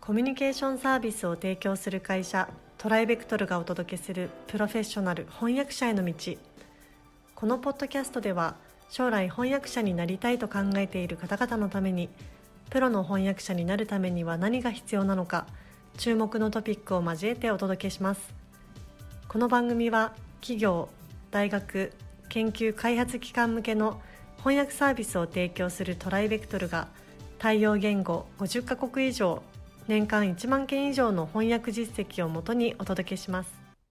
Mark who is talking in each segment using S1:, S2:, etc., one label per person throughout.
S1: コミュニケーションサービスを提供する会社トライベクトルがお届けするプロフェッショナル翻訳者への道。このポッドキャストでは将来翻訳者になりたいと考えている方々のために、プロの翻訳者になるためには何が必要なのか、注目のトピックを交えてお届けします。この番組は企業、大学、研究開発機関向けの翻訳サービスを提供するトライベクトルが対応言語50カ国以上、年間1万件以上の翻訳実績をもとにお届けします。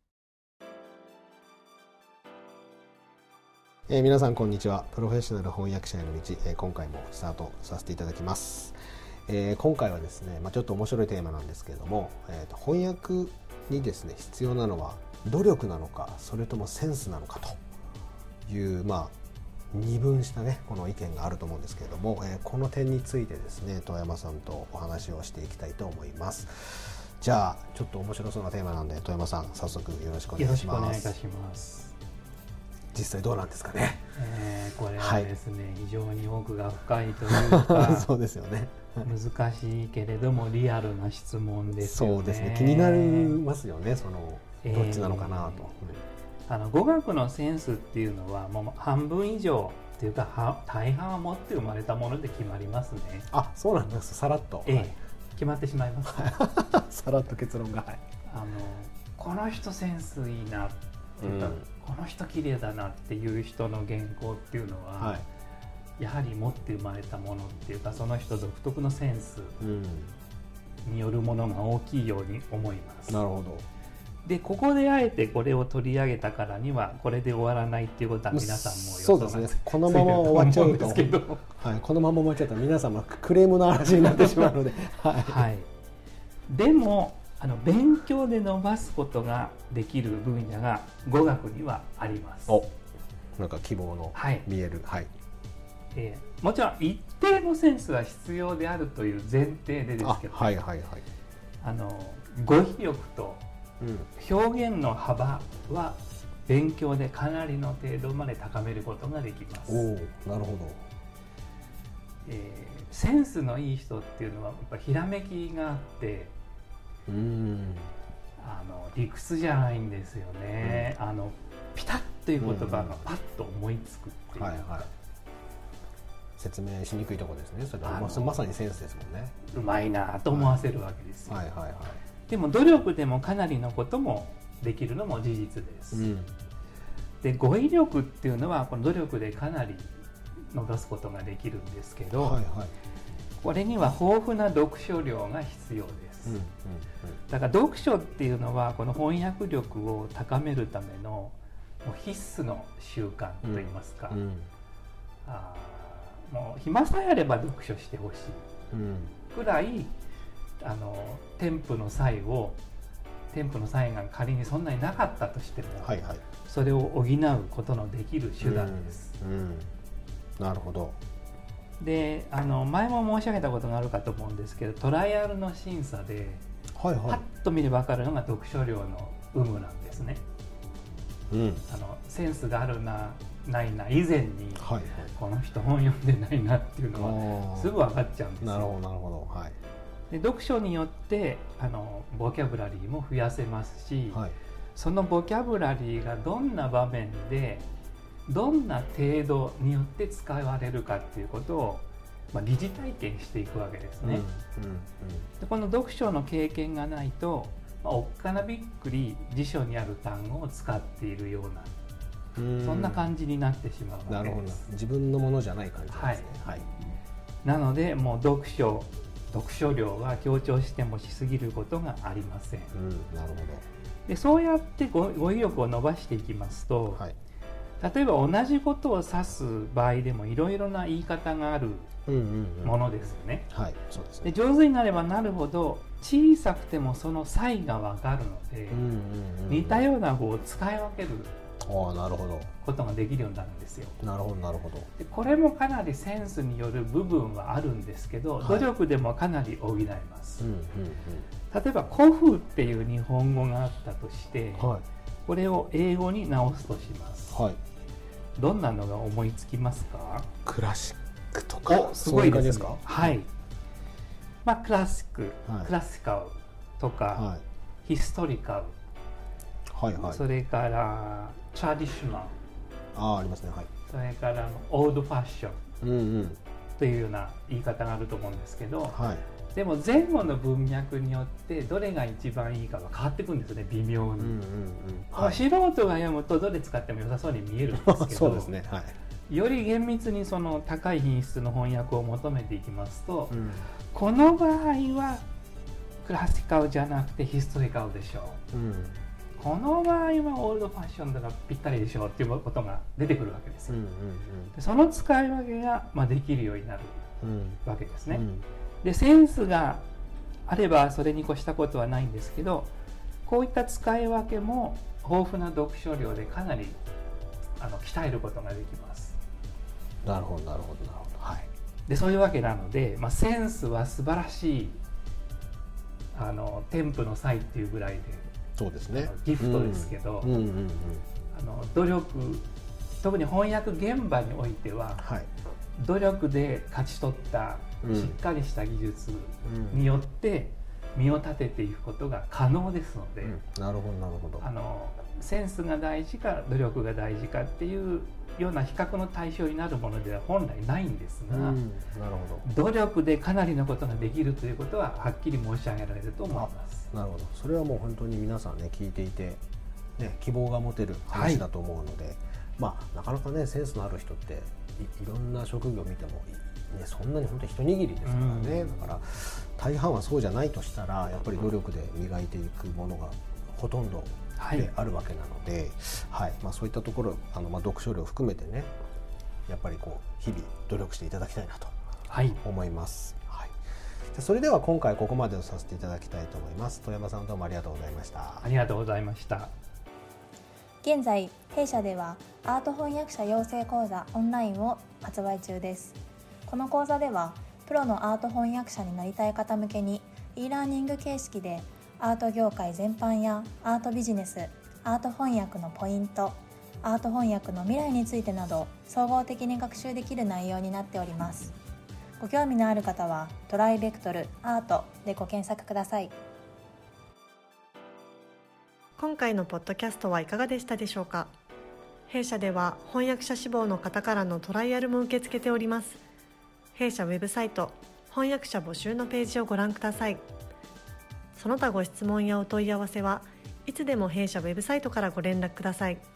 S2: 皆さんこんにちは。プロフェッショナル翻訳者への道、今回もスタートさせていただきます。今回はですね、ちょっと面白いテーマなんですけれども、翻訳にですね必要なのは努力なのか、それともセンスなのかという、二分したねこの意見があると思うんですけれども、この点についてですね遠山さんとお話をしていきたいと思います。じゃあちょっと面白そうなテーマなんで遠山さん、早速よろしくお願いします。
S3: よろしくお願いいたします。
S2: 実際どうなんですかね。
S3: これはですね、非常に奥が深いというか
S2: そうですよね。
S3: 難しいけれどもリアルな質問ですよね。
S2: そうですね、気になりますよね、そのどっちなのかなと。
S3: 語学のセンスっていうのはもう半分以上っていうか大半は持って生まれたもので決まりますね。
S2: あ、そうなんです。さらっと、
S3: 決まってしまいます
S2: さらっと結論が、
S3: この人センスいいなっていうか、この人綺麗だなっていう人の原稿っていうのは、やはり持って生まれたものっていうか、その人独特のセンスによるものが大きいように思います。
S2: なるほど。
S3: でここであえてこれを取り上げたからにはこれで終わらないっていうことは皆さんも
S2: そうですね、このまま終わっちゃうとこのまま終わっちゃうと皆さんもクレームの嵐になってしまうので
S3: でも勉強で伸ばすことができる分野が語学にはあります。
S2: なんか希望の見える、
S3: もちろん一定のセンスは必要であるという前提でですけど、語彙力と表現の幅は勉強でかなりの程度まで高めることができます。
S2: なるほど。
S3: センスのいい人っていうのはやっぱひらめきがあって、理屈じゃないんですよね。ピタッという言葉がパッと思いつくっていう、
S2: 説明しにくいところですね。それはまさにセンスですもんね。
S3: うまいなと思わせるわけですよ。
S2: はい。
S3: でも努力でもかなりのこともできるのも事実です。で語彙力っていうのはこの努力でかなり伸ばすことができるんですけど、これには豊富な読書量が必要です。だから読書っていうのはこの翻訳力を高めるための必須の習慣といいますか、もう暇さえあれば読書してほしいくらい、添付の際が仮にそんなになかったとしても、それを補うことのできる手段です。
S2: なるほど。
S3: で前も申し上げたことがあるかと思うんですけど、トライアルの審査でパッと見れば分かるのが読書量の有無なんですね。センスがあるなないな以前に、この人本読んでないなっていうのはすぐ分かっちゃうんですよ。
S2: なるほど。
S3: で読書によってボキャブラリーも増やせますし、そのボキャブラリーがどんな場面でどんな程度によって使われるかっていうことを、疑似体験していくわけですね。でこの読書の経験がないと、おっかなびっくり辞書にある単語を使っているような、そんな感じになってしまうわけです。
S2: なるほど。自分のものじゃない感じですね。
S3: なのでもう読書量は強調してもしすぎることがありません。
S2: なるほど。
S3: でそうやって語彙力を伸ばしていきますと、例えば同じことを指す場合でもいろいろな言い方があるものですよね。で上手になればなるほど小さくてもその差異が分かるので、似たような語を使い分けることができるようになるんですよ。
S2: なるほど。
S3: でこれもかなりセンスによる部分はあるんですけど、努力でもかなり補えます。例えば古風っていう日本語があったとして、これを英語に直すとします。どんなのが思いつきますか？
S2: クラシックとか。
S3: すごいですね。 クラシック、クラシカルとか、ヒストリカル、それからトラディショナル、
S2: ありますね、
S3: それからオールドファッションというような言い方があると思うんですけど、でも前後の文脈によってどれが一番いいかは変わってくるんですよね、微妙に。素人が読むとどれ使っても良さそうに見えるんですけど
S2: そうですね、
S3: より厳密にその高い品質の翻訳を求めていきますと、この場合はクラシカルじゃなくてヒストリカルでしょう、この場合はオールドファッションだからぴったりでしょうっていうことが出てくるわけですよ。でその使い分けができるようになるわけですね。でセンスがあればそれに越したことはないんですけど、こういった使い分けも豊富な読書量でかなり鍛えることができます。
S2: なるほどなるほどなるほど。
S3: でそういうわけなので、センスは素晴らしい添付の際っていうぐらいで、
S2: そうですね、
S3: ギフトですけど、努力、特に翻訳現場においては、努力で勝ち取ったしっかりした技術によって身を立てていくことが可能ですので、
S2: なるほどなるほど。
S3: センスが大事か努力が大事かっていうような比較の対象になるものでは本来ないんですが、
S2: なるほど、
S3: 努力でかなりのことができるということははっきり申し上げられると思います。
S2: なるほど、それはもう本当に皆さんね聞いていて、希望が持てる話だと思うので、なかなかねセンスのある人っていろんな職業を見ても、そんなに本当に一握りですからね、だから大半はそうじゃないとしたらやっぱり努力で磨いていくものがほとんどであるわけなので、そういったところ読書量を含めてねやっぱり日々努力していただきたいなと思います。それでは今回ここまでをさせていただきたいと思います。遠山さんどうもありがとうございました。
S3: ありがとうございました。
S4: 現在弊社ではアート翻訳者養成講座オンラインを発売中です。この講座ではプロのアート翻訳者になりたい方向けに e ラーニング形式でアート業界全般やアートビジネス、アート翻訳のポイント、アート翻訳の未来についてなど総合的に学習できる内容になっております。ご興味のある方はトライベクトルアートでご検索ください。
S1: 今回のポッドキャストはいかがでしたでしょうか。弊社では翻訳者志望の方からのトライアルも受け付けております。弊社ウェブサイト翻訳者募集のページをご覧ください。その他ご質問やお問い合わせはいつでも弊社ウェブサイトからご連絡ください。